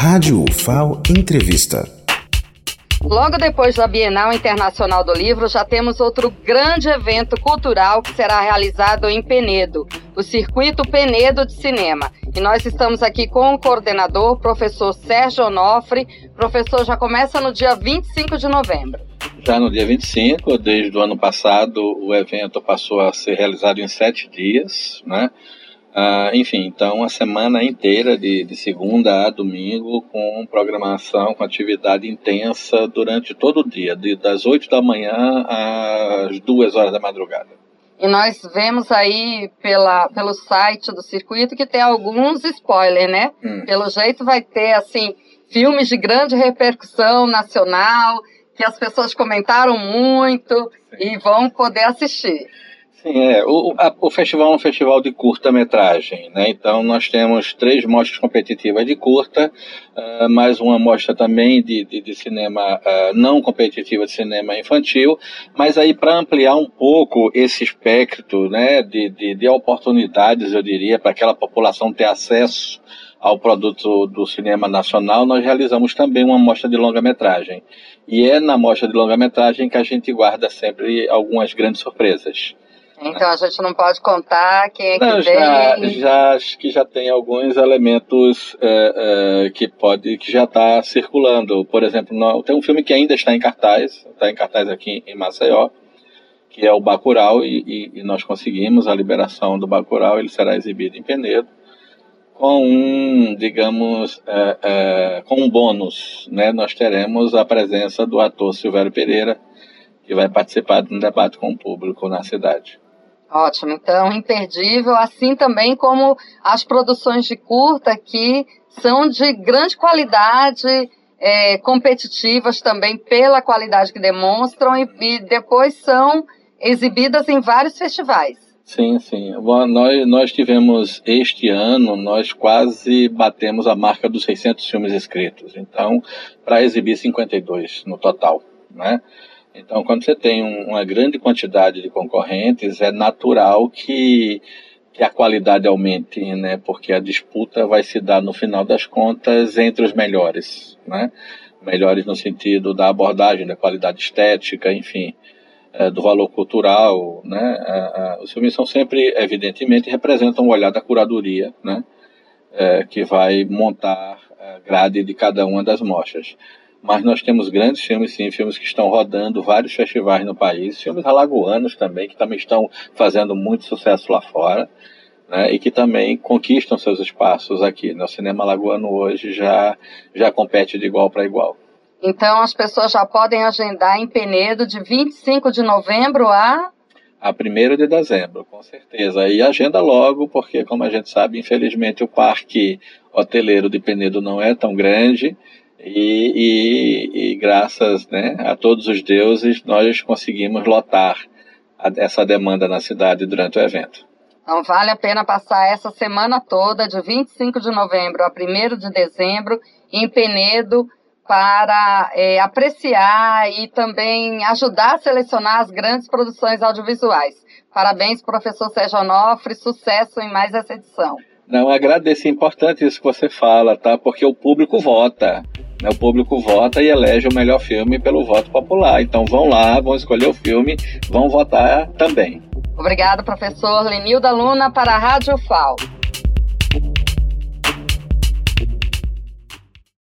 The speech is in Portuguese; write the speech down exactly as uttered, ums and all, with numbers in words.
Rádio U F A O Entrevista. Logo depois da Bienal Internacional do Livro, já temos outro grande evento cultural que será realizado em Penedo, o Circuito Penedo de Cinema. E nós estamos aqui com o coordenador, professor Sérgio Onofre. Professor, já começa no dia vinte e cinco de novembro. Já no dia vinte e cinco, desde o ano passado, o evento passou a ser realizado em sete dias, né? Ah, enfim, então uma semana inteira de, de segunda a domingo, com programação, com atividade intensa durante todo o dia, de, das oito da manhã às duas horas da madrugada. E nós vemos aí pela, pelo site do circuito que tem alguns spoilers, né? Hum. Pelo jeito vai ter, assim, filmes de grande repercussão nacional, que as pessoas comentaram muito. Sim. E vão poder assistir. Sim, é. O, a, o festival é um festival de curta-metragem, né? Então nós temos três mostras competitivas de curta, uh, mais uma mostra também de, de, de cinema uh, não competitiva, de cinema infantil, mas aí para ampliar um pouco esse espectro, né, de, de, de oportunidades, eu diria, para aquela população ter acesso ao produto do cinema nacional, nós realizamos também uma mostra de longa-metragem. E é na mostra de longa-metragem que a gente guarda sempre algumas grandes surpresas. Então a gente não pode contar quem é que não, vem. Já, já acho que já tem alguns elementos é, é, que pode que já está circulando. Por exemplo, não, tem um filme que ainda está em cartaz, está em cartaz aqui em Maceió, que é o Bacurau, e, e, e nós conseguimos a liberação do Bacurau. Ele será exibido em Penedo com um, digamos, é, é, com um bônus, né? Nós teremos a presença do ator Silvério Pereira, que vai participar de um debate com o público na cidade. Ótimo, então imperdível, assim também como as produções de curta que são de grande qualidade, é, competitivas também pela qualidade que demonstram e, e depois são exibidas em vários festivais. Sim, sim. Bom, nós, nós tivemos este ano, nós quase batemos a marca dos seiscentos filmes inscritos, então para exibir cinquenta e dois no total, né? Então, quando você tem um, uma grande quantidade de concorrentes, é natural que, que a qualidade aumente, né? Porque a disputa vai se dar, no final das contas, entre os melhores, né? Melhores no sentido da abordagem, da qualidade estética, enfim, é, do valor cultural, né? A, a, os filmes são sempre, evidentemente, representam o olhar da curadoria, né? É, que vai montar a grade de cada uma das mostras. Mas nós temos grandes filmes, sim, filmes que estão rodando vários festivais no país, filmes alagoanos também, que também estão fazendo muito sucesso lá fora, né, e que também conquistam seus espaços aqui. O cinema alagoano hoje já, já compete de igual para igual. Então as pessoas já podem agendar em Penedo de vinte e cinco de novembro a... A primeiro de dezembro, com certeza. E agenda logo, porque, como a gente sabe, infelizmente o parque hoteleiro de Penedo não é tão grande. E, e, e graças, né, a todos os deuses, nós conseguimos lotar a, essa demanda na cidade durante o evento. Então vale a pena passar essa semana toda, de vinte e cinco de novembro a primeiro de dezembro, em Penedo, para é, apreciar e também ajudar a selecionar as grandes produções audiovisuais. Parabéns, professor Sérgio Onofre, sucesso em mais essa edição. Não, agradeço, é importante isso que você fala, tá? Porque o público vota. O público vota e elege o melhor filme pelo voto popular. Então vão lá, vão escolher o filme, vão votar também. Obrigado, professor Lenilda Luna, para a Rádio U F A O.